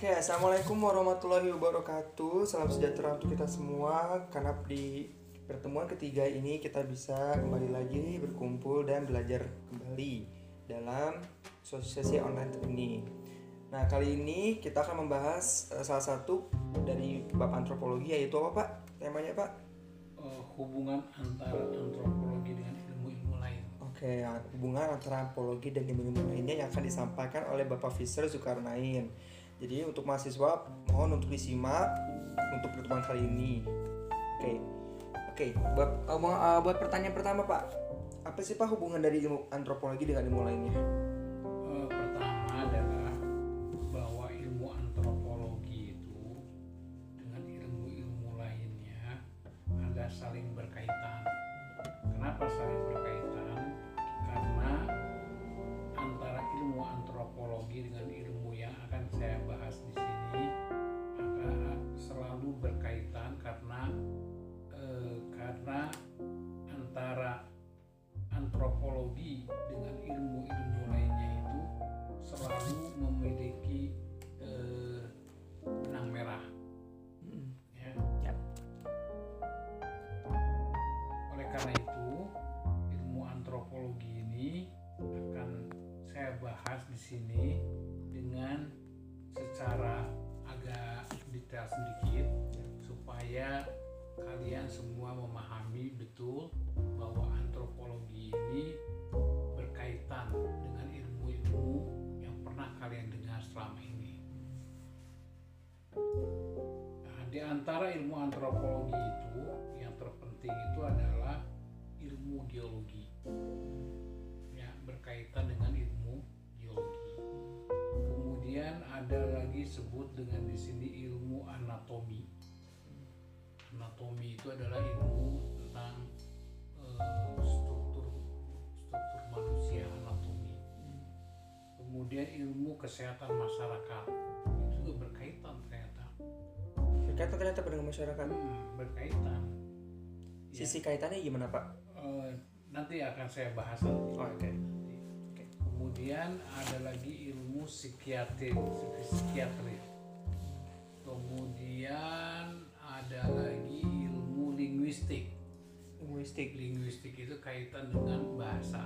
Oke, assalamualaikum warahmatullahi wabarakatuh. Salam sejahtera untuk kita semua. Karena di pertemuan ketiga ini kita bisa kembali lagi berkumpul dan belajar kembali dalam sesi online ini. Nah, kali ini kita akan membahas salah satu dari bab antropologi, yaitu apa, Pak? Temanya, Pak? Hubungan antara antropologi dengan ilmu-ilmu lain. Oke, hubungan antara antropologi dan ilmu-ilmu lainnya yang akan disampaikan oleh Bapak Fisher Zulkarnain. Jadi untuk mahasiswa mohon untuk disimak untuk pertemuan kali ini. Oke. Buat pertanyaan pertama, Pak, apa sih, Pak, hubungan dari ilmu antropologi dengan ilmu lainnya? Pertama adalah bahwa ilmu antropologi itu dengan ilmu-ilmu lainnya ada saling berkaitan. Kenapa saling berkaitan? Karena antara ilmu antropologi dengan ilmu yang akan saya bahas di sini akan selalu berkaitan karena antara antropologi dengan ilmu-ilmu lainnya itu selalu memiliki benang merah. Ya. Yap. Oleh karena itu, ilmu antropologi ini akan saya bahas di sini dengan secara agak detail sedikit supaya kalian semua memahami betul bahwa antropologi ini berkaitan dengan ilmu-ilmu yang pernah kalian dengar selama ini. Nah, di antara ilmu antropologi itu yang terpenting itu adalah ilmu geologi. Ya, berkaitan dengan ilmu geologi. Kemudian ada lagi sebut dengan di sini ilmu anatomi. Anatomi itu adalah ilmu tentang struktur manusia, anatomi. Kemudian ilmu kesehatan masyarakat itu juga berkaitan ternyata. Berkaitan ternyata dengan masyarakat. Berkaitan. Sisi kaitannya gimana, Pak? Nanti akan saya bahas nanti. Oke. Kemudian ada lagi ilmu psikiatri. Kemudian ada lagi ilmu linguistik. Linguistik itu kaitan dengan bahasa.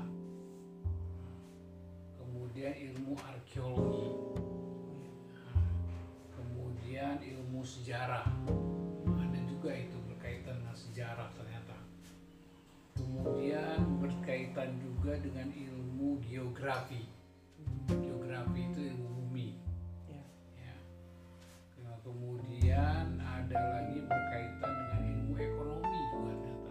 Kemudian ilmu arkeologi. Kemudian ilmu sejarah. Ada juga itu berkaitan dengan sejarah ternyata. Kemudian berkaitan juga dengan ilmu geografi. Geografi itu ilmu bumi. Ya. Kemudian ada lagi berkaitan dengan ilmu ekonomi juga ternyata.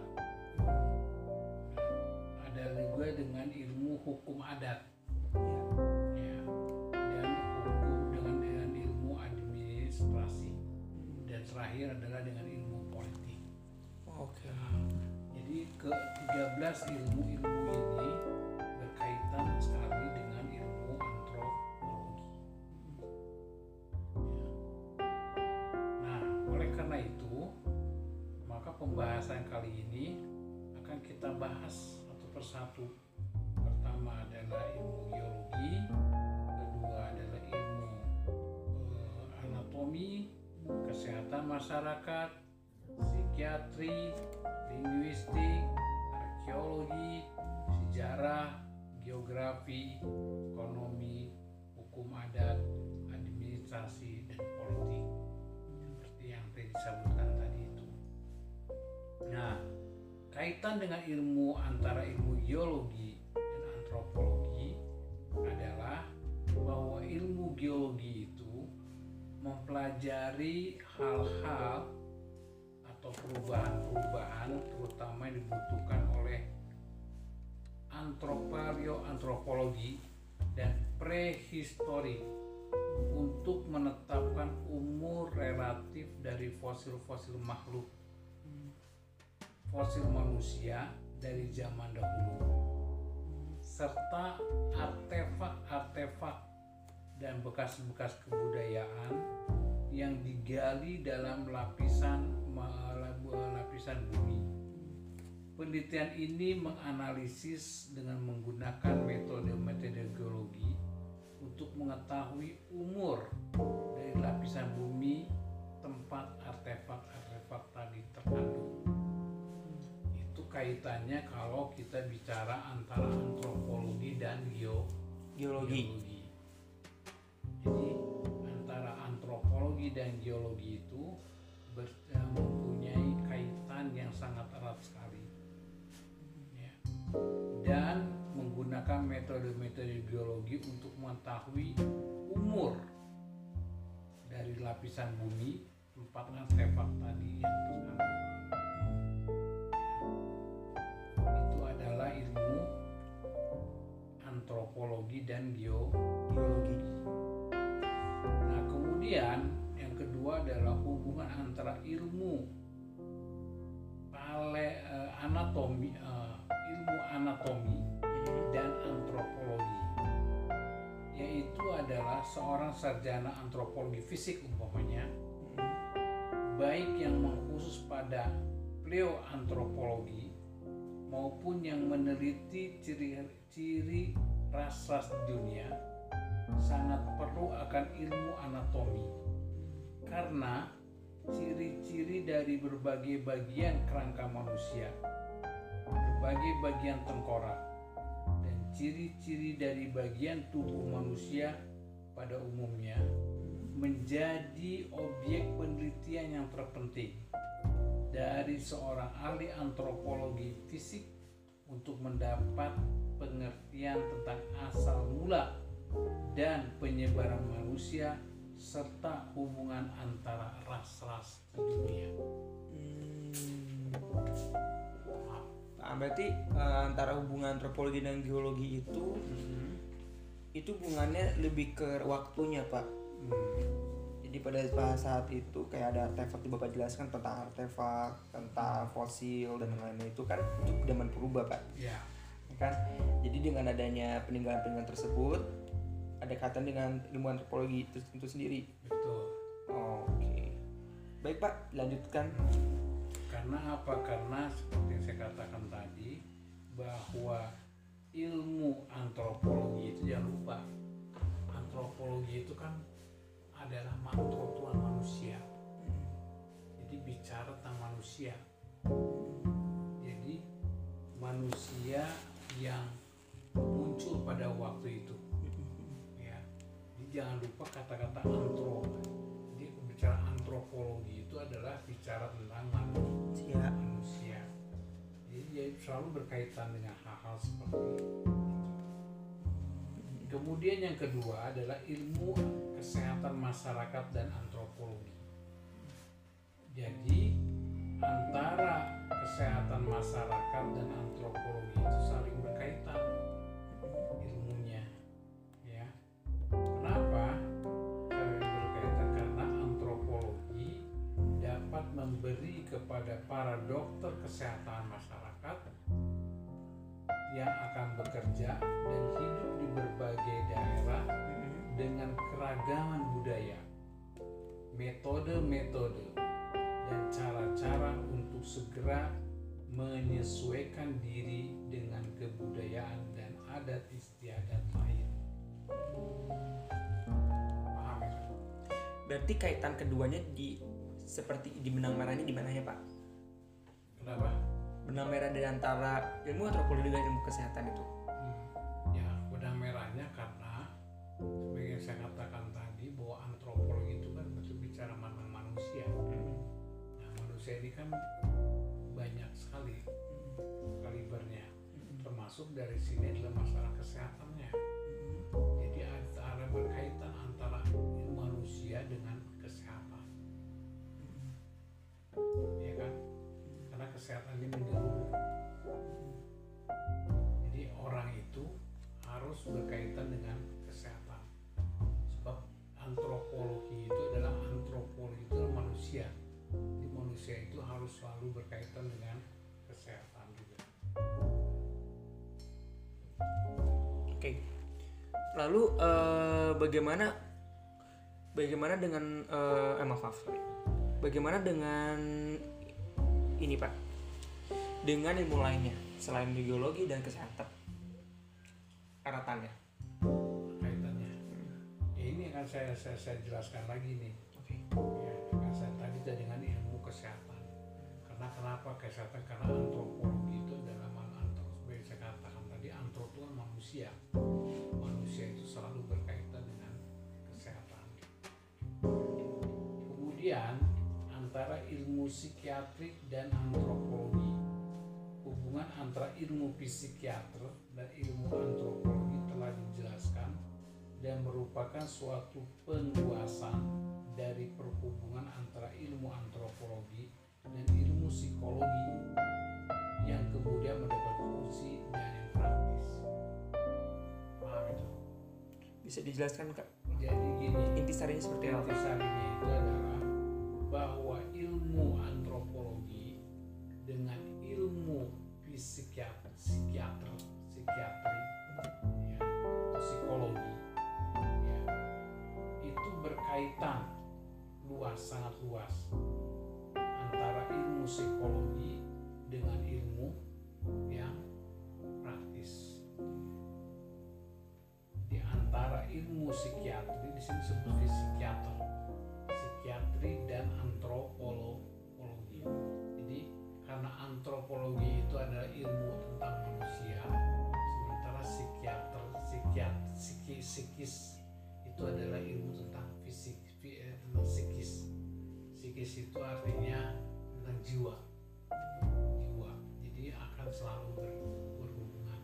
Ada juga dengan ilmu hukum adat. Ya. Dan dengan ilmu administrasi. Dan terakhir adalah dengan ilmu politik. Oke. Jadi ke-13 ilmu-ilmu ini berkaitan sekali dengan ilmu antropologi. Nah, oleh karena itu, maka pembahasan kali ini akan kita bahas satu persatu. Pertama adalah ilmu geologi, kedua adalah ilmu anatomi, kesehatan masyarakat, psikiatri, linguistik, arkeologi, sejarah, geografi, ekonomi, hukum adat, administrasi, dan politik. Seperti yang tadi disebutkan tadi itu. Nah, kaitan dengan ilmu antara ilmu geologi dan antropologi adalah bahwa ilmu geologi itu mempelajari hal-hal atau perubahan-perubahan terutama yang dibutuhkan oleh antropologi dan prehistori untuk menetapkan umur relatif dari fosil-fosil makhluk fosil manusia dari zaman dahulu serta artefak-artefak dan bekas-bekas kebudayaan yang digali dalam lapisan bumi. Penelitian ini menganalisis dengan menggunakan metode geologi untuk mengetahui umur dari lapisan bumi tempat artefak-artefak tadi terkandung. Itu kaitannya kalau kita bicara antara antropologi dan geologi. Jadi antara antropologi dan geologi itu mempunyai kaitan yang sangat erat sekali, ya. Dan menggunakan metode-metode geologi untuk mengetahui umur dari lapisan bumi tempat artefak tadi yang terkandung. Itu adalah ilmu antropologi dan geologi. Nah, kemudian yang kedua adalah hubungan antara ilmu anatomi dan antropologi, yaitu adalah seorang sarjana antropologi fisik umpamanya, baik yang mengkhusus pada paleoantropologi maupun yang meneliti ciri-ciri ras-ras dunia, sangat perlu akan ilmu anatomi, karena ciri-ciri dari berbagai bagian kerangka manusia, berbagai bagian tengkorak, dan ciri-ciri dari bagian tubuh manusia pada umumnya menjadi objek penelitian yang terpenting dari seorang ahli antropologi fisik untuk mendapat pengertian tentang asal mula dan penyebaran manusia serta hubungan antara ras-ras di dunia. Berarti antara hubungan antropologi dan geologi itu hubungannya lebih ke waktunya, Pak. Jadi pada saat itu kayak ada artefak, di Bapak jelaskan tentang artefak, tentang fosil dan lain-lain, itu kan itu zaman purba, Pak. Ya. Kan? Jadi dengan adanya peninggalan-peninggalan tersebut ada kaitan dengan ilmu antropologi itu sendiri. Betul. Oke. Baik, Pak, lanjutkan. Karena apa? Karena seperti yang saya katakan tadi, bahwa ilmu antropologi itu, jangan lupa, antropologi itu kan adalah mantro Tuhan manusia. Jadi bicara tentang manusia. Jadi manusia yang muncul pada waktu itu. Ya. Jadi jangan lupa kata-kata antro. Jadi bicara antropologi itu adalah bicara tentang manusia. Jadi dia selalu berkaitan dengan hal-hal seperti itu. Kemudian yang kedua adalah ilmu kesehatan masyarakat dan antropologi. Jadi antara kesehatan masyarakat dan antropologi itu saling berkaitan ilmunya, ya. Kenapa saling berkaitan? Karena antropologi dapat memberi kepada para dokter kesehatan masyarakat yang akan bekerja dan hidup di berbagai daerah dengan keragaman budaya, metode-metode, dan cara-cara untuk segera menyesuaikan diri dengan kebudayaan dan adat istiadat lain. Paham ya? Berarti kaitan keduanya seperti di benang merahnya di mana ya, Pak? Kenapa? Benang merah dari antara ilmu antropologi dan ilmu kesehatan itu. Ya, benang merahnya karena seperti yang saya katakan tadi, bahwa antropologi itu kan berbicara tentang manusia. Nah, manusia ini kan banyak sekali kalibernya, termasuk dari sini adalah masalah kesehatannya. Jadi ada berkaitan antara ilmu manusia dengan kesehatan, ya kan? Karena kesehatan ini menyeluruh. Jadi orang itu harus berkaitan dengan kesehatan. Sebab antropologi itu adalah manusia. Jadi manusia itu harus selalu berkaitan dengan kesehatan juga. Oke. Lalu bagaimana dengan bagaimana dengan ini, Pak? Dengan ilmu lainnya selain geologi dan kesehatan, kaitannya. Kaitannya. saya jelaskan lagi nih. Oke. Ya, kan saya tadi itu dengan ilmu kesehatan. Karena kenapa kesehatan? Karena antropologi itu adalah seperti saya katakan tadi, antro itu kan manusia. Manusia itu selalu berkaitan dengan kesehatan. Kemudian antara ilmu psikiatrik dan antropologi, hubungan antara ilmu psikiater dan ilmu antropologi telah dijelaskan dan merupakan suatu penguasaan dari perhubungan antara ilmu antropologi dan ilmu psikologi yang kemudian mendapat fungsi dan yang praktis. Paham itu? Bisa dijelaskan Kak? Jadi gini, Intisarinya seperti apa? intisarinya itu adalah bahwa ilmu antropologi dengan ilmu psikiatri, ya, atau psikologi, ya, itu berkaitan sangat luas antara ilmu psikologi dengan ilmu yang praktis. Di antara ilmu psikiatri, di sini disebut psikiatri dan antropologi. Jadi karena antropologi itu adalah ilmu tentang manusia, sementara psikis itu adalah ilmu tentang tentang psikis. Psikis itu artinya tentang jiwa. Jadi akan selalu berhubungan.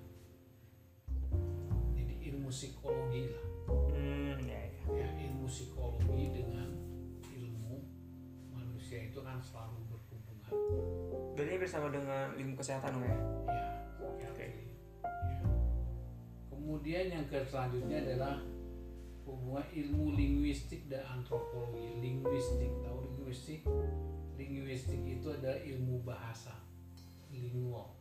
Jadi ilmu psikologi lah. Ya, ilmu psikologi dengan ilmu manusia itu kan selalu berhubungan. Dan ini bersama dengan ilmu kesehatan ya? Ya, psikiatri. Ya. Kemudian yang selanjutnya adalah hubungan ilmu linguistik dan antropologi. Linguistik, tahu linguistik? Linguistik itu adalah ilmu bahasa. Lingual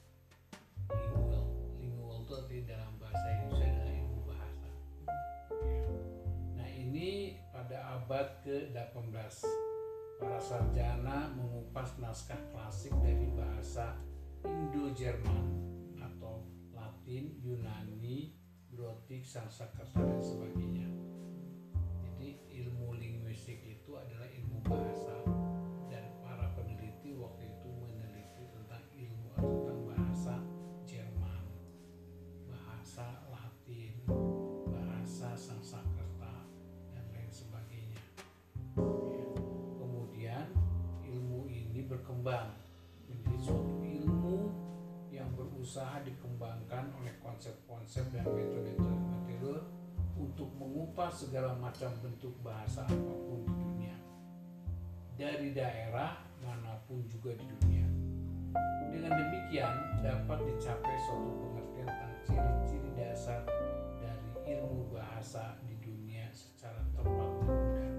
itu artinya dalam bahasa Indonesia adalah ilmu bahasa. Ya. Nah ini pada abad ke-18 para sarjana mengupas naskah klasik dari bahasa Indo-Jerman atau Latin, Yunani, Gotik, Sanskerta dan sebagainya. Jadi ilmu linguistik itu adalah ilmu bahasa, dan para peneliti waktu itu meneliti tentang bahasa Jerman, bahasa Latin, bahasa Sanskerta dan lain sebagainya. Ya. Kemudian ilmu ini berkembang menjadi suatu ilmu yang berusaha dikembangkan oleh konsep-konsep dan metode-metode untuk mengupas segala macam bentuk bahasa apapun di dunia, dari daerah manapun juga di dunia. Dengan demikian dapat dicapai suatu pengertian tentang ciri-ciri dasar dari ilmu bahasa di dunia secara tepat dan mudah.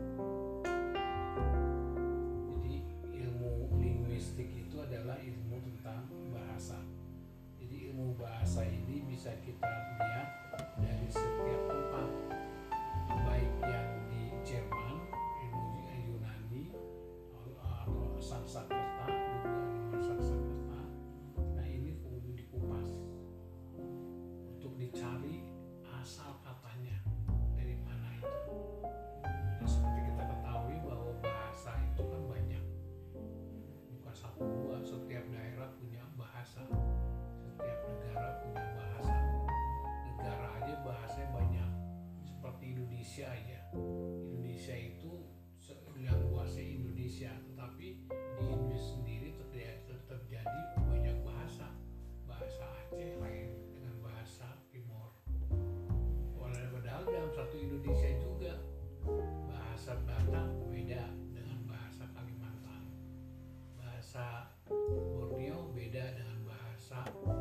Jadi ilmu linguistik itu adalah ilmu tentang bahasa. Jadi ilmu bahasa ini bisa kita lihat dari setiap tempat, baik yang di Jerman, ilmu Yunani, atau Sanskerta, ilmu Sanskerta. Nah ini kemudian dikupas untuk dicari asal katanya dari mana itu. Dan seperti kita ketahui bahwa bahasa itu kan banyak, bukan satu dua. Setiap daerah punya bahasa. Setiap negara punya bahasa. Negara aja bahasanya banyak. Seperti Indonesia aja. Indonesia itu yang luasnya Indonesia, tetapi di Indonesia sendiri terjadi banyak bahasa. Bahasa Aceh lain dengan bahasa Timur. Padahal dalam satu Indonesia juga bahasa Batak beda dengan bahasa Kalimantan. Bahasa Borneo beda dengan bahasa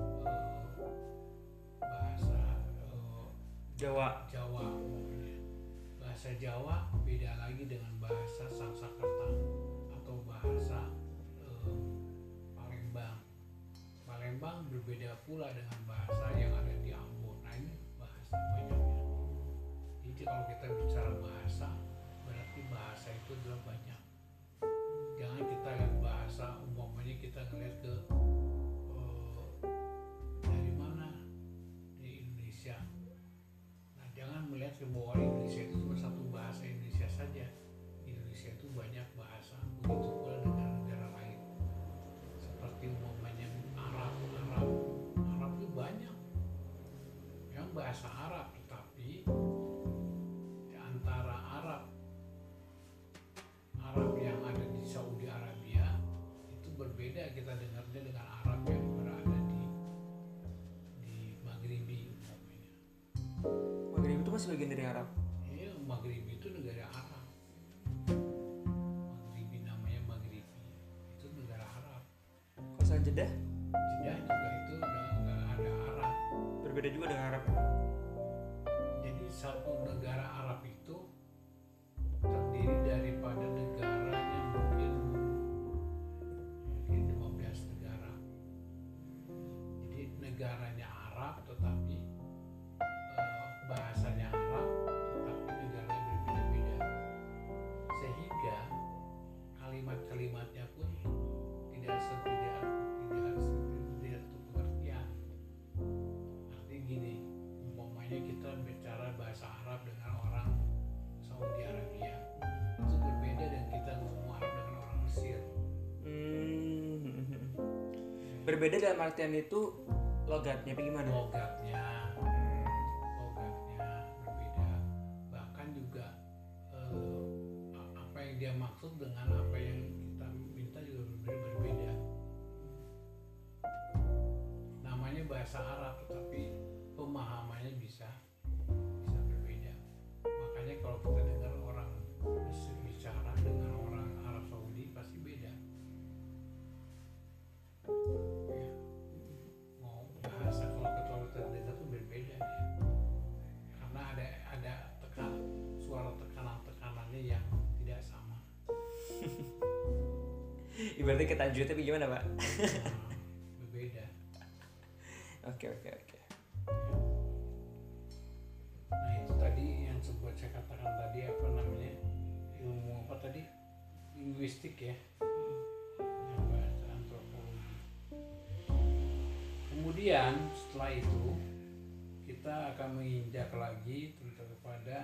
Jawa. Bahasa Jawa beda lagi dengan bahasa Sanskerta atau bahasa Palembang berbeda pula dengan bahasa yang ada di Ambon. Nah ini bahasa banyaknya. Jadi kalau kita bicara bahasa, berarti bahasa itu adalah banyak. Jangan kita lihat bahasa, umpamanya kita ngeliat ke dari mana, di Indonesia. Nah jangan melihat semua orang Indonesia itu cuma satu bahasa. bahasa Arab, tetapi di antara Arab yang ada di Saudi Arabia itu berbeda kita dengarnya dengan Arab yang berada di Maghribi umpamanya. Maghrib itu masih bagian dari Arab. Iya, Maghribi itu negara Arab. Maghribi namanya Maghribi, itu negara Arab. Kalau Jeddah Jeddah juga itu udah ada Arab. berbeda juga dengan Arab. Jadi satu negara Arab itu terdiri daripada negaranya mungkin 15 negara. Jadi negaranya Arab tetapi bahasanya Arab tetapi negaranya berbeda-beda. Sehingga kalimat-kalimatnya pun tidak satu pengertian. Artinya gini, umpamanya kita bicara bahasa Arab dengan orang Saudi Arabia itu berbeda dengan kita ngomong Arab dengan orang Mesir. Berbeda dalam artian itu logatnya apa gimana? Logatnya berbeda. Bahkan juga apa yang dia maksud dengan apa yang kita minta juga berbeda. Namanya bahasa Arab tetapi pemahamannya bisa berbeda. Makanya kalau kita dengar orang Mesir bicara dengan orang Arab Saudi pasti beda. Ya. Mau bahasa kalau kita dengar tuh berbeda ya. Karena ada suara tekanannya yang tidak sama. Ibaratnya kita tajwidnya tapi gimana, Pak? Berbeda. Oke. Nah itu tadi yang sebuah saya katakan tadi apa namanya ilmu apa tadi linguistik ya, yang bahasa antropologi. Kemudian setelah itu kita akan menginjak lagi tentang kepada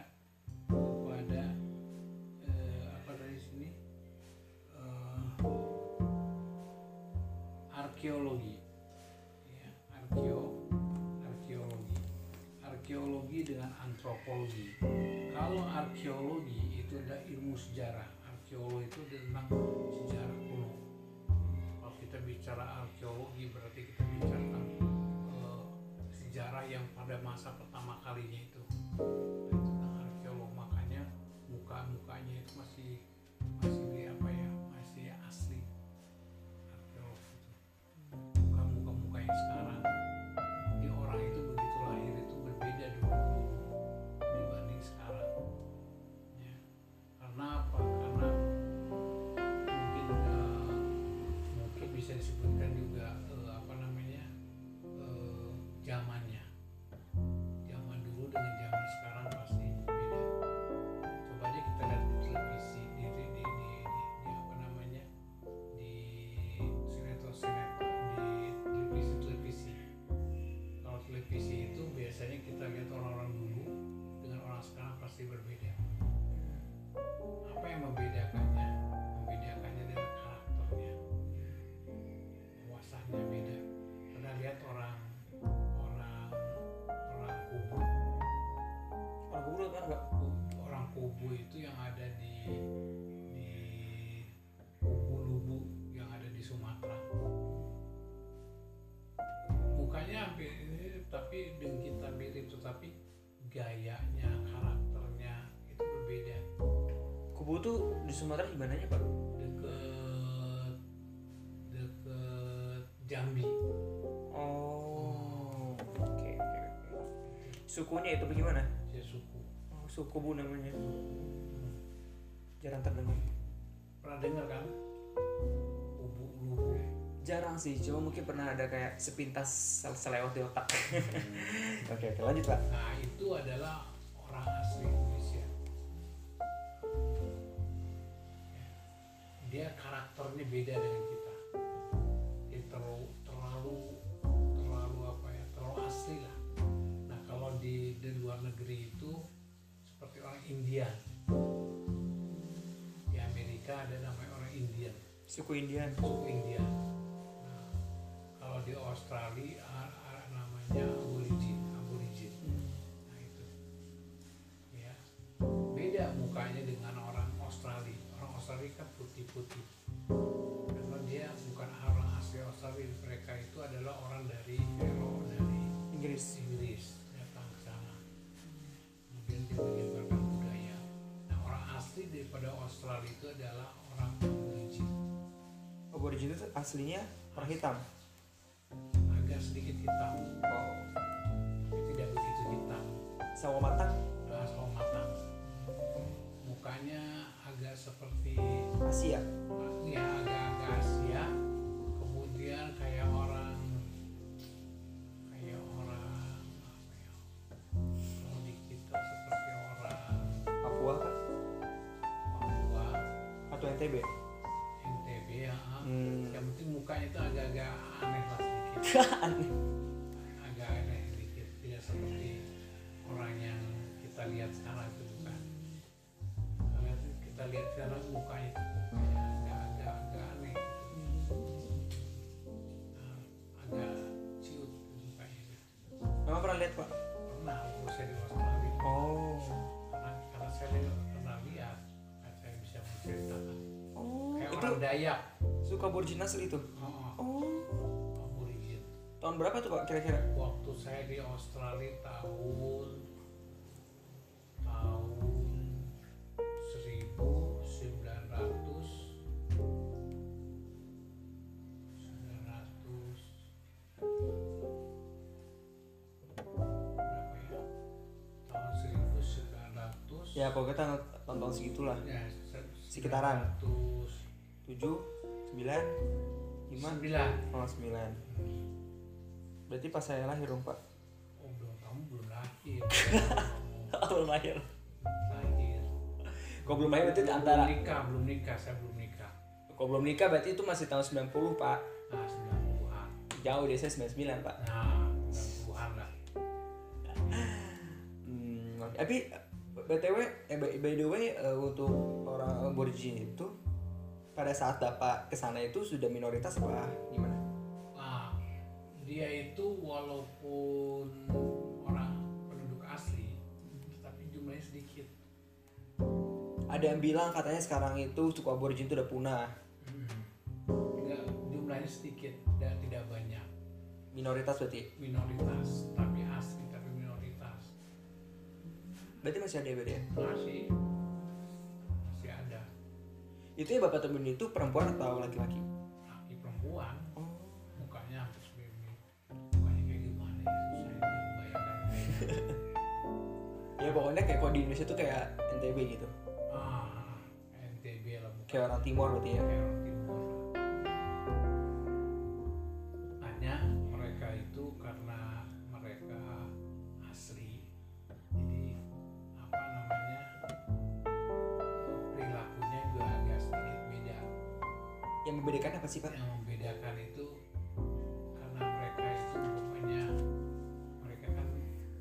apa tadi sini arkeologi. Ya, arkeologi dengan antropologi. Kalau arkeologi itu adalah ilmu sejarah. Arkeologi itu tentang sejarah kuno. Kalau kita bicara arkeologi berarti kita bicara tentang sejarah yang pada masa pertama kalinya itu. Itu tentang arkeolog. Makanya mukanya itu masih apa ya? Masih asli. Arkeolog itu. Bukan muka yang sekarang. Di orang itu begitu lahir itu berbeda dulu dibanding sekarang ya. Karena apa? Karena mungkin bisa disebutkan juga zamannya. Zaman dulu dengan zaman sekarang pasti beda. Coba aja kita lihat di televisi di apa namanya di televisi. Kalau televisi itu biasanya kita lihat orang-orang dulu dengan orang sekarang pasti berbeda. Apa yang membedakannya? Membedakannya dengan karakternya, wawasannya beda. Pernah lihat orang kubu? Orang kubu itu apa? Orang kubu itu yang ada di kubu Lubu yang ada di Sumatera. Mukanya hampir tapi dengan kita mirip, tetapi gayanya, karakternya itu berbeda. Kubu tuh di Sumatera di mananya, Pak? Deket Jambi. Oh, oke. Sukunya itu bagaimana? Ya suku. Oh, suku Bu namanya. Jarang terdengar. Pernah dengar kan? Kubu Lubu. Jarang sih, cuma mungkin pernah ada kayak sepintas selewat di otak. Oke, lanjut, Pak. Nah itu adalah orang asli Indonesia. Dia karakternya beda dengan kita. Dia terlalu apa ya? Terlalu asli lah. Nah kalau di luar negeri itu seperti orang Indian. Di Amerika ada namanya orang Indian. Suku Indian. Nah, kalau di Australia namanya aborigin. Australia kan putih-putih karena dia bukan orang asli Australia, mereka itu adalah orang dari Eropa, dari Inggris. datang ke sana kemudian dia menyebarkan budaya. Nah orang asli daripada Australia itu adalah orang Aborigin. Aborigin itu aslinya orang hitam. Agak sedikit hitam Oh, tapi tidak begitu hitam. sawo matang Sawo matang, mukanya agak seperti Asia. ya agak-agak Asia, kemudian kayak orang apa ya, kalau di kita seperti orang Papua kah? Papua, Atau NTB? NTB ya. Hmm. Yang penting mukanya itu agak-agak aneh lah sedikit, Aneh. agak aneh sedikit, tidak seperti orang yang kita lihat sekarang itu bukan. Karena kita lihat sekarang mukanya itu kayak agak aneh gitu. Agak ciut mukanya gitu. Memang pernah lihat pak? Pernah waktu saya di Australia, Oh. karena saya pernah lihat, saya bisa menceritakan Oh. kayak Itu orang Dayak. suka aborigin asli itu? Oh, Oh. Aborigin. Tahun berapa tuh pak kira-kira? Waktu saya di Australia tahun 1900 Ya pokoknya tahun segitulah. ya, Sekitaran. 7, 9, 5. 9. Oh 9. Berarti pas saya lahir dong pak? Oh belum, kamu belum lahir. Belum lahir. Lahir. Kok belum lahir berarti antara. Belum nikah, saya belum nikah. Kok belum nikah berarti itu masih tahun 90 pak. Nah 90-an. Jauh deh saya 99 pak. Nah 90-an lah. Tapi BTW, by the way untuk orang aborigin itu pada saat bapak kesana itu sudah minoritas apa gimana? Nah, dia itu walaupun orang penduduk asli, tapi jumlahnya sedikit. Ada yang bilang katanya sekarang itu suku aborigin itu udah punah. Enggak, jumlahnya sedikit dan tidak banyak. Minoritas berarti? Minoritas, tapi asli tapi minoritas. Berarti masih ada ya berarti ya? Masih ada. Itu ya bapak temen itu perempuan atau laki-laki? Laki perempuan, Oh. mukanya hampir seperti mukanya kayak gimana ya? Saya membayangkan. Ya pokoknya kayak kalau di Indonesia tuh kayak NTB gitu. NTB lah bukan. Kayak orang timur berarti ya? Kayak orang timur. Hanya mereka itu karena mereka asli, jadi apa namanya, perilakunya juga agak sedikit beda. Yang membedakan apa sih pak? Yang membedakan itu karena mereka itu pokoknya mereka kan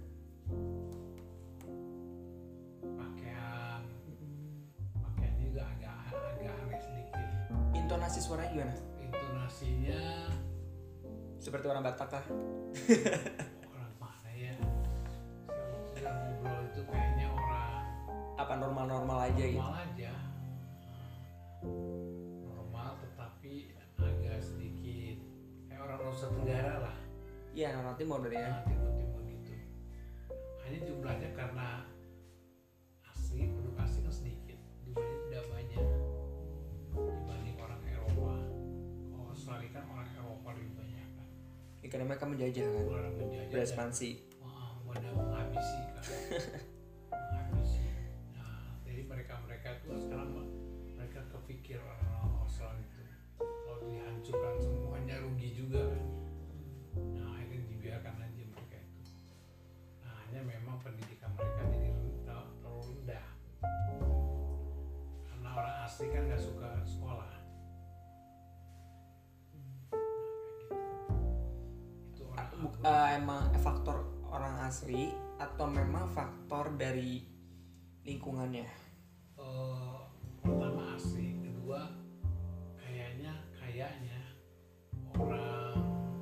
pakaiannya juga agak aneh sedikit. Intonasi suaranya gimana? Intonasinya Seperti orang Batak kah? orang mana ya? Saya sudah ngobrol itu kayaknya orang Apa normal-normal aja gitu? normal aja. Normal tetapi agak sedikit kayak orang Nusa Tenggara lah. Iya orang timur berarti ya? Timur-timur gitu. Hanya jumlahnya karena asli, penduduk asli kan sedikit, jumlahnya tidak banyak dibanding orang Eropa. Kalau Australia kan orang Eropa lebih banyak kan. Ya, karena mereka menjajah kan? Orang menjajah Berekspansi. dan menghabisi kan. Menghabisi. Nah, jadi mereka itu sekarang mereka kepikir orang Australia itu kalau dihancurkan semuanya rugi juga kan. Nah, akhirnya dibiarkan aja mereka itu. Nah, hanya memang pendidikan mereka jadi terlalu rendah. Karena orang asli kan nggak suka sekolah. Itu orang Emang faktor orang asli atau memang faktor dari lingkungannya? Pertama asli, kedua kayaknya orang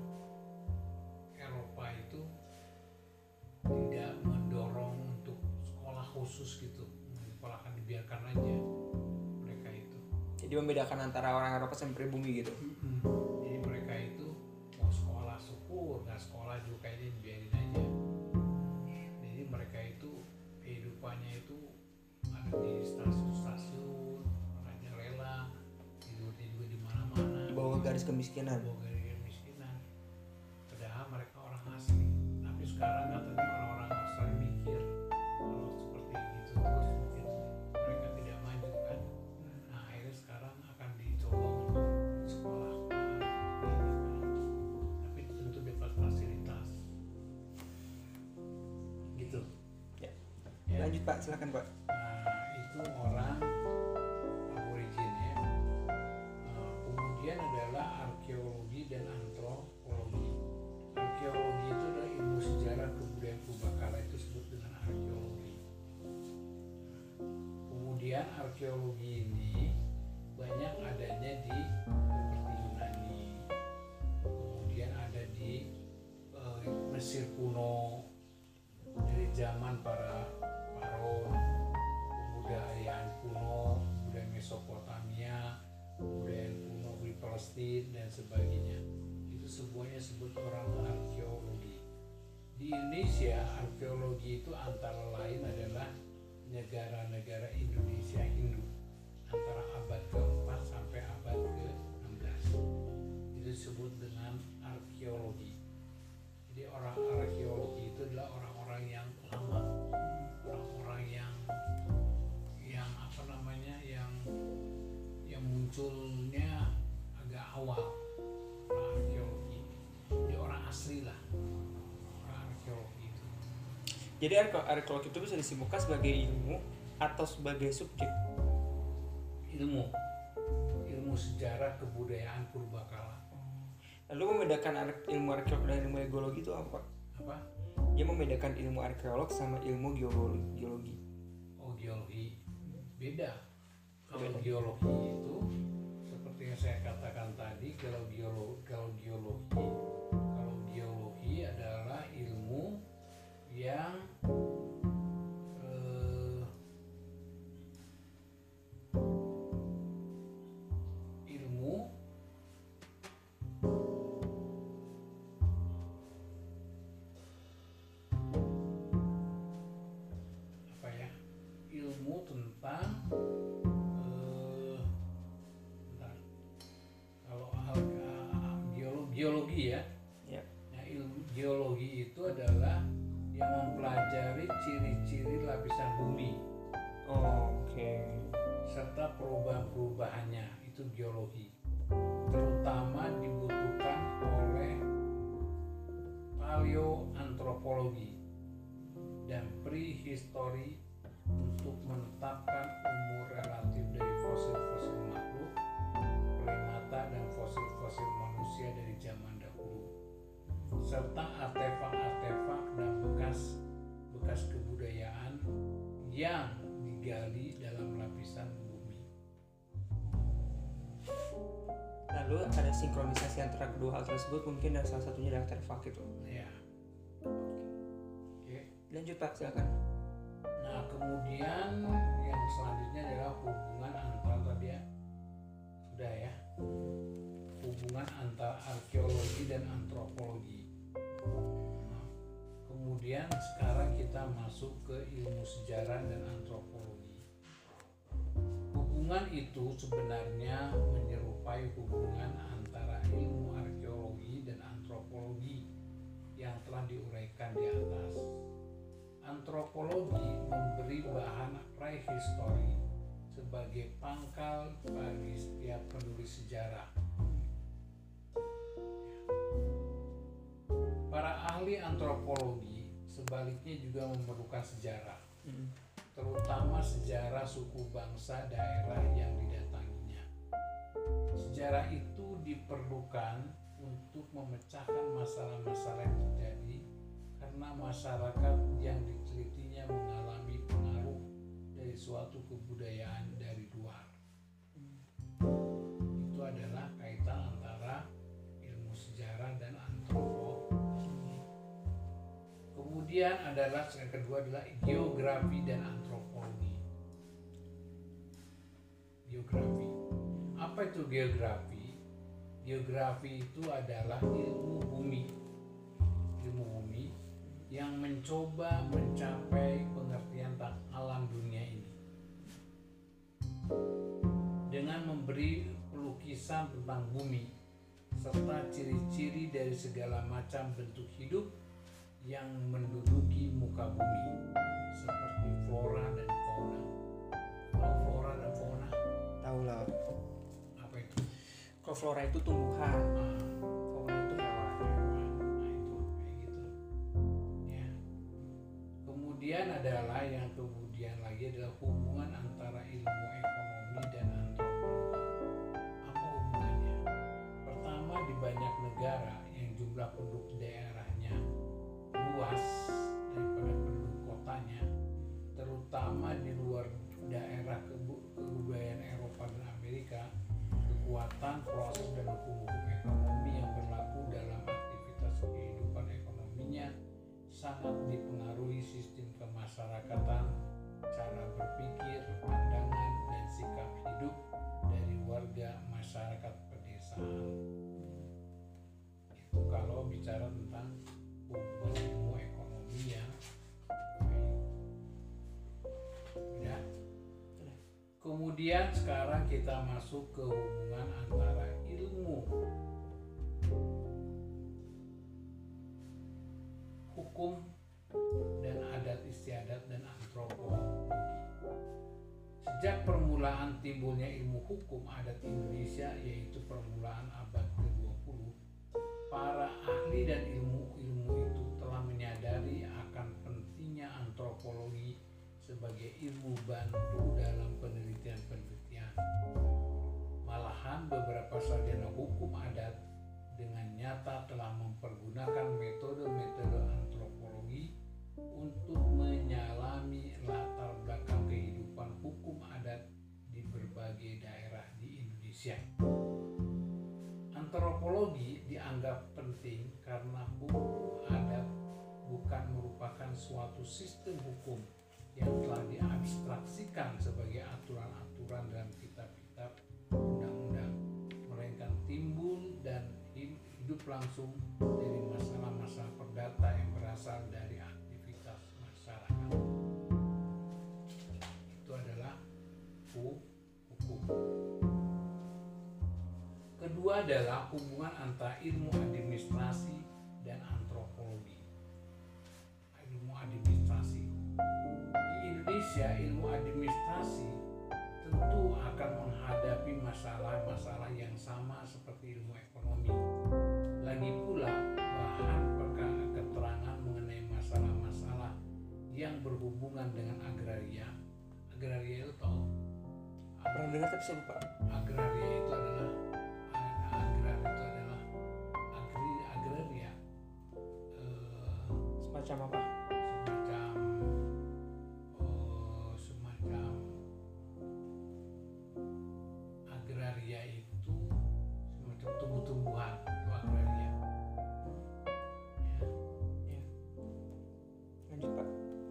Eropa itu tidak mendorong untuk sekolah khusus gitu, sekolah kan dibiarkan aja mereka itu. Jadi membedakan antara orang Eropa sama pribumi gitu. Jadi mereka itu mau sekolah syukur, nggak sekolah juga kayaknya biarin aja. Jadi mereka itu kehidupannya itu ada di stasiun-stasiun, makanya rela tidurnya juga di mana-mana. Di bawah garis kemiskinan. Bawa garis kemiskinan. Padahal mereka orang asli. Tapi sekarang katanya orang-orang Australia mikir kalau seperti itu terus mungkin mereka tidak maju kan. Nah akhirnya sekarang akan dicoba untuk sekolahkan, tapi tentu dapat fasilitas. Gitu. Ya. Ya. Lanjut Pak, silakan Pak. Nah, itu orang aborigin ya. Kemudian adalah arkeologi dan antropologi. Arkeologi itu adalah ilmu sejarah kebudayaan purbakala, itu disebut dengan arkeologi. Kemudian arkeologi ini banyak adanya di seperti Yunani, kemudian ada di Mesir kuno dari zaman para faraon, kebudayaan kuno, budaya Mesopotamia, budaya kuno di Palestina dan sebagainya. Itu semuanya disebut orang arkeologi. Di Indonesia arkeologi itu antara lain adalah negara-negara Indonesia Hindu antara abad ke-4 sampai abad ke-16. Itu disebut dengan arkeologi. Jadi orang arkeologi itu adalah orang-orang yang lama, orang-orang yang apa namanya, yang munculnya agak awal. Orang arkeologi, jadi orang asli lah, orang arkeologi itu. Jadi arkeologi itu bisa disimpulkan sebagai ilmu atau sebagai subjek? Ilmu sejarah kebudayaan purbakala. Lalu membedakan ilmu arkeolog dan ilmu geologi itu apa Pak? Apa? Dia membedakan ilmu arkeolog sama ilmu geologi. Oh, geologi beda. Kalau Beda. geologi itu seperti yang saya katakan tadi, kalau geologi adalah ilmu yang ilmu tentang kalau geologi ya. Ya. Nah, ilmu geologi itu adalah yang mempelajari ciri-ciri lapisan bumi Oke. serta perubahan-perubahannya, itu geologi. Terutama dibutuhkan oleh paleoantropologi dan prehistory untuk menetapkan umur relatif dari fosil-fosil makhluk, primata dan fosil-fosil manusia dari zaman dahulu, serta artefak-artefak dan bekas kebudayaan yang digali dalam lapisan bumi. Lalu ada sinkronisasi antara kedua hal tersebut, mungkin dan salah satunya adalah artefak itu. Ya. Oke. Lanjut Pak, silakan. Nah, kemudian yang selanjutnya adalah hubungan antara tadi ya. Sudah ya. Hubungan antara arkeologi dan antropologi. Nah, kemudian sekarang kita masuk ke ilmu sejarah dan antropologi. Hubungan itu sebenarnya menyerupai hubungan antara ilmu arkeologi dan antropologi yang telah diuraikan di atas. Antropologi memberi bahan prehistori sebagai pangkal bagi setiap penulis sejarah. Para ahli antropologi sebaliknya juga memerlukan sejarah, terutama sejarah suku bangsa daerah yang didatanginya. Sejarah itu diperlukan untuk memecahkan masalah-masalah yang terjadi karena masyarakat yang ditelitinya mengalami pengaruh dari suatu kebudayaan dari luar. Itu adalah kaitan antara ilmu sejarah dan antropologi. Kemudian adalah yang kedua adalah geografi dan antropologi. Geografi. Apa itu geografi? Geografi itu adalah ilmu bumi yang mencoba mencapai pengertian tentang alam dunia ini dengan memberi pelukisan tentang bumi serta ciri-ciri dari segala macam bentuk hidup yang menduduki muka bumi seperti flora dan fauna. Tahu flora dan fauna? Tahu lah. Apa itu? Kalau flora itu tumbuhan, Ah, fauna itu hewan. nah itu kayak gitu ya. Kemudian adalah yang kemudian lagi adalah hubungan antara ilmu ekonomi dan antropologi. Apa hubungannya? Pertama, di banyak negara yang jumlah penduduk daerahnya luas daripada penduduk kotanya, terutama di luar daerah kebudayaan Eropa dan Amerika, kekuatan proses dan hukum-hukum ekonomi yang berlaku dalam aktivitas kehidupan ekonominya sangat dipengaruhi sistem kemasyarakatan, cara berpikir, pandangan, dan sikap hidup dari warga masyarakat pedesaan. Itu kalau bicara tentang hubungan ilmu ekonomi yang baik. Udah. Kemudian sekarang kita masuk ke hubungan antara ilmu hukum dan adat istiadat dan antropologi. Sejak permulaan timbulnya ilmu hukum adat Indonesia, yaitu permulaan abad ke-20, para ahli dan ilmu-ilmu itu telah menyadari akan pentingnya antropologi sebagai ilmu bantu dalam penelitian-penelitian. Malahan beberapa sarjana hukum adat dengan nyata telah mempergunakan metode-metode antropologi untuk menyalami latar belakang kehidupan hukum adat di berbagai daerah di Indonesia. Antropologi dianggap penting karena hukum adat bukan merupakan suatu sistem hukum yang telah diabstraksikan sebagai aturan-aturan dalam kitab-kitab undang-undang, melainkan timbul dan hidup langsung dari masalah-masalah perdata yang berasal dari aktivitas masyarakat. Itu adalah hukum. Kedua adalah hubungan antara ilmu administrasi dan antropologi. Ilmu administrasi. Di Indonesia, ilmu administrasi tentu akan menghadapi masalah-masalah yang sama seperti ilmu ekonomi. Lagi pula, bahan keterangan mengenai masalah-masalah yang berhubungan dengan agraria. Agraria itu tahu? Pernah dengar tapi saya lupa. Agraria itu adalah agraria. Semacam apa? Semacam agraria itu semacam tumbuh-tumbuhan, itu agraria. Ya. Lanjut Pak.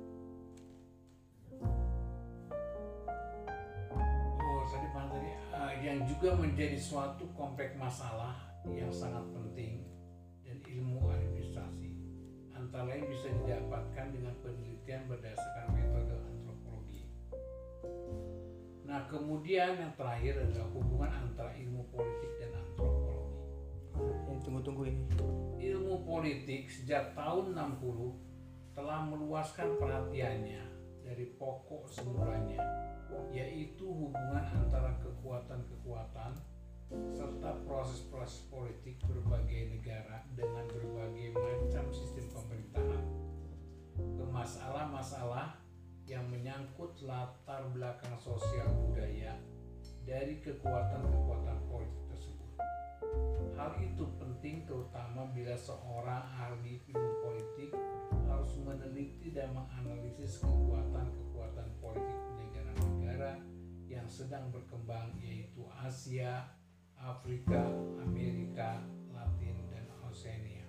Yang juga menjadi suatu kompleks masalah yang sangat penting dan ilmu administrasi antara lain bisa didapatkan dengan penelitian berdasarkan metode antropologi. Nah, kemudian yang terakhir adalah hubungan antara ilmu politik dan antropologi. Yang tunggu-tunggu ini. Ilmu politik sejak tahun 60 telah meluaskan perhatiannya dari pokok semulanya, yaitu hubungan antara kekuatan-kekuatan serta proses-proses politik berbagai negara dengan berbagai macam sistem pemerintahan, ke masalah-masalah yang menyangkut latar belakang sosial budaya dari kekuatan-kekuatan politik tersebut. Hal itu penting terutama bila seorang ahli ilmu politik harus meneliti dan menganalisis kekuatan-kekuatan politik negara-negara yang sedang berkembang, yaitu Asia, Afrika, Amerika, Latin, dan Oseania.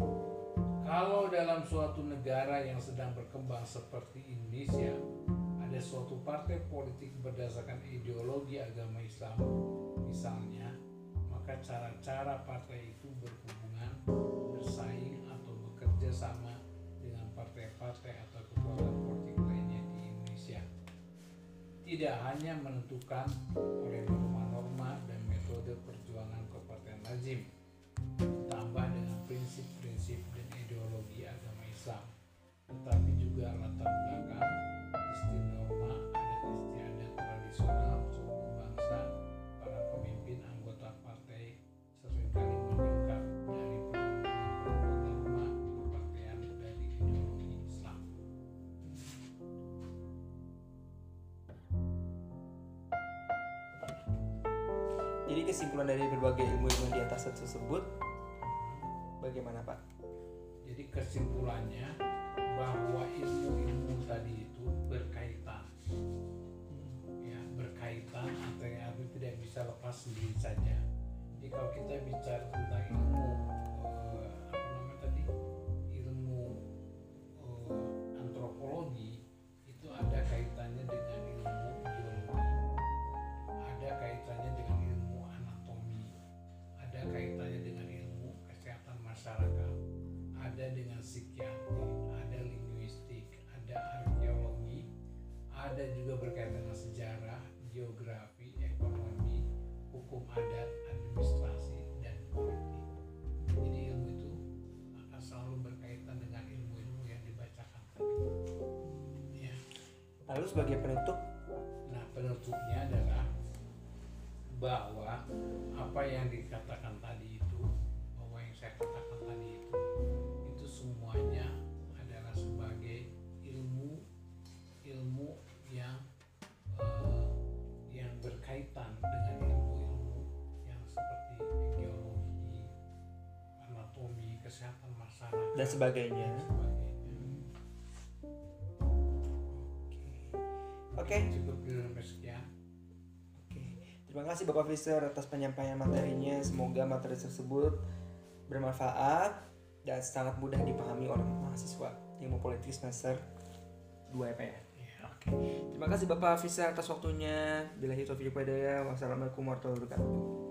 Kalau dalam suatu negara yang sedang berkembang seperti Indonesia, ada ada suatu partai politik berdasarkan ideologi agama Islam misalnya, maka cara-cara partai itu berhubungan, bersaing atau bekerja sama dengan partai-partai atau kekuatan politik lainnya di Indonesia. Tidak hanya menentukan oleh norma-norma dan metode perjuangan kepartean lazim, ditambah dengan prinsip-prinsip dan ideologi agama Islam, tetapi juga latar belakang, istimewa, adat istiadat tradisional suku bangsa, para pemimpin anggota partai seringkali meningkat dari perkembangan norma kepartean dari ideologi Islam. Jadi kesimpulan dari berbagai ilmu-ilmu di atas tersebut bagaimana Pak? Jadi kesimpulannya bahwa ilmu-ilmu tadi itu berkaitan, ya berkaitan atau tidak bisa lepas sendiri saja. Jadi kalau kita bicara tentang ilmu ilmu antropologi itu ada kaitannya dengan ilmu biologi, ada kaitannya dengan ilmu anatomi, ada kaitannya dengan ilmu kesehatan masyarakat, ada dengan psikiatri, ada linguistik, ada arkeologi, ada juga berkaitan dengan sejarah, geografi, ekonomi, hukum adat, administrasi, dan politik. Jadi ilmu itu akan selalu berkaitan dengan ilmu-ilmu yang dibacakan tadi. Ya. Lalu sebagai penutup, Nah, penutupnya adalah bahwa apa yang dikatakan tadi itu, bahwa yang saya katakan tadi itu semuanya adalah sebagai ilmu yang berkaitan dengan ilmu-ilmu yang seperti geologi, anatomi, kesehatan masyarakat dan sebagainya. Oke. Cukup dulu sampai sekian. Oke. Terima kasih Bapak Fisher atas penyampaian materinya. Semoga materi tersebut bermanfaat dan sangat mudah dipahami oleh mahasiswa ilmu politik semester 2 ya Pak ya. Oke. Terima kasih Bapak Fisher atas waktunya. Billahi taufiq wal hidayah. Wassalamualaikum warahmatullahi wabarakatuh.